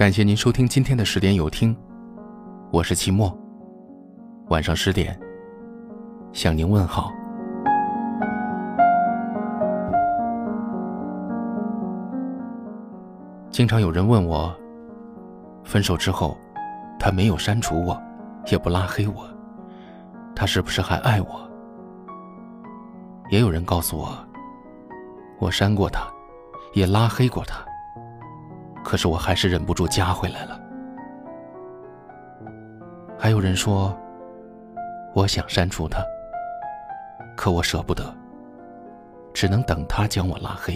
感谢您收听今天的10点有听，我是期末，晚上10点向您问好。经常有人问我，分手之后他没有删除我，也不拉黑我，他是不是还爱我？也有人告诉我，我删过他，也拉黑过他，可是我还是忍不住加回来了。还有人说，我想删除他，可我舍不得，只能等他将我拉黑。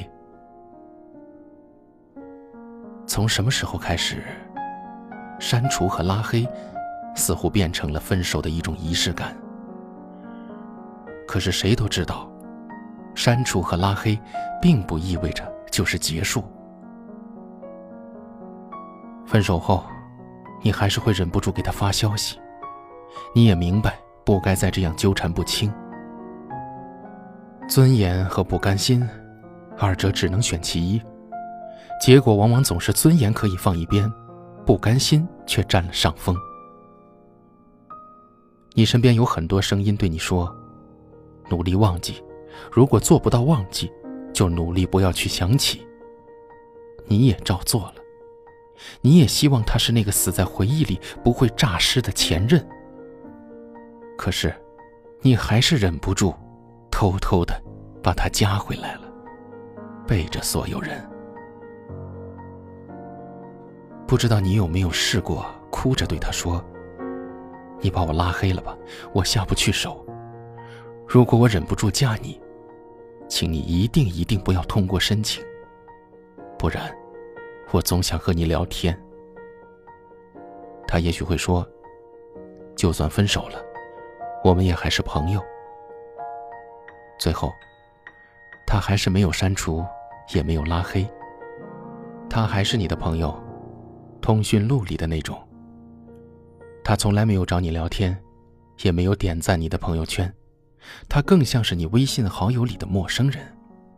从什么时候开始，删除和拉黑似乎变成了分手的一种仪式感？可是谁都知道，删除和拉黑并不意味着就是结束。分手后，你还是会忍不住给他发消息，你也明白不该再这样纠缠不清。尊严和不甘心，二者只能选其一，结果往往总是尊严可以放一边，不甘心却占了上风。你身边有很多声音对你说，努力忘记，如果做不到忘记，就努力不要去想起。你也照做了，你也希望他是那个死在回忆里不会诈尸的前任，可是你还是忍不住偷偷的把他加回来了，背着所有人。不知道你有没有试过哭着对他说，你把我拉黑了吧，我下不去手，如果我忍不住加你，请你一定不要通过申请，不然我总想和你聊天。他也许会说，就算分手了，我们也还是朋友。最后他还是没有删除，也没有拉黑，他还是你的朋友，通讯录里的那种。他从来没有找你聊天，也没有点赞你的朋友圈，他更像是你微信好友里的陌生人。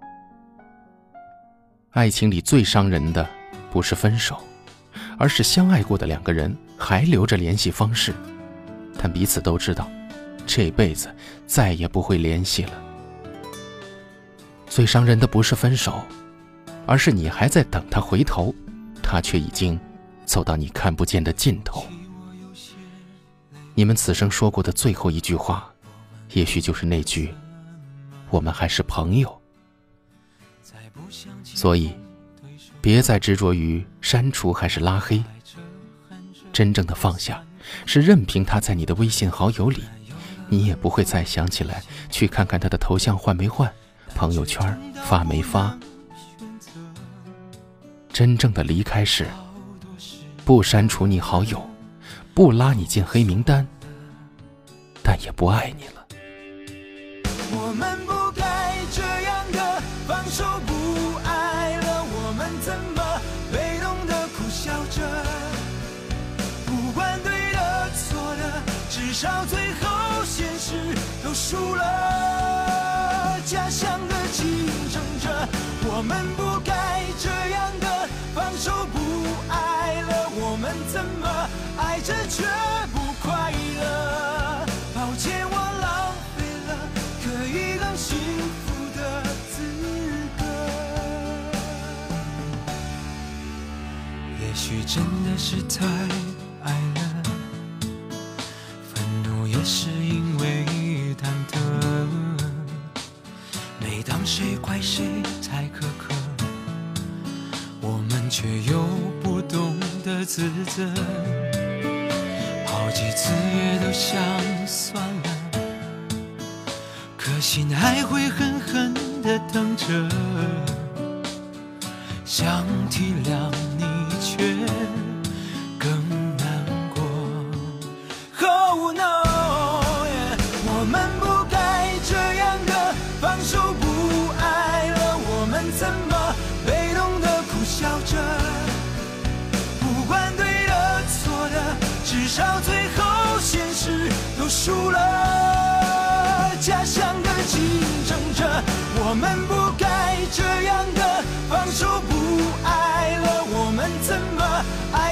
爱情里最伤人的不是分手，而是相爱过的两个人还留着联系方式，但彼此都知道这辈子再也不会联系了。最伤人的不是分手，而是你还在等他回头，他却已经走到你看不见的尽头。你们此生说过的最后一句话，也许就是那句，我们还是朋友。所以别再执着于删除还是拉黑，真正的放下是任凭他在你的微信好友里，你也不会再想起来去看看他的头像换没换，朋友圈发没发。真正的离开是不删除你好友，不拉你进黑名单，但也不爱你了。 我们不该这样的放手不爱了，我们怎么被动的苦笑着，不管对的错的，至少最后现实都输了，假象的竞争着，我们不该这样的放手不爱了，我们怎么爱着却不快乐，抱歉我浪费了可以更幸福的资格。也许真的是太爱了，愤怒也是因为忐忑，每当谁怪谁太苛刻，我们却又不懂得自责，好几次也都想算了，可心还会狠狠地疼着，想体谅你却更难过。 Oh no， 我们不该这样的放手不爱了，我们怎么被动的苦笑着，不管对的错的，至少最后现实都输了，假象的竞争着，我们不该这样的放手不爱了，我们怎么爱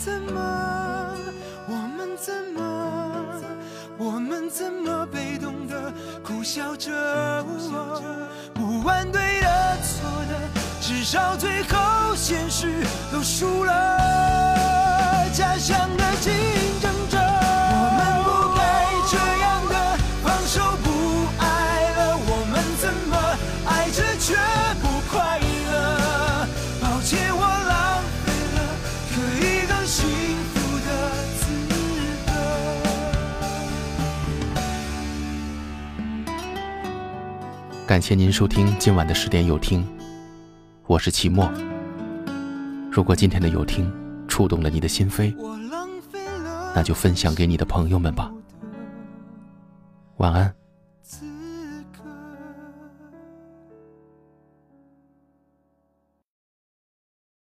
怎么被动的苦笑着？不管对的错的，至少最后现实都输了。假想的竞争者，我们不该这样的放手不爱了。我们怎么爱着却不快乐？抱歉，我浪费了可以更幸福的资感谢您收听今晚的10点有听，我是齐墨。如果今天的有听触动了你的心扉，那就分享给你的朋友们吧。晚安。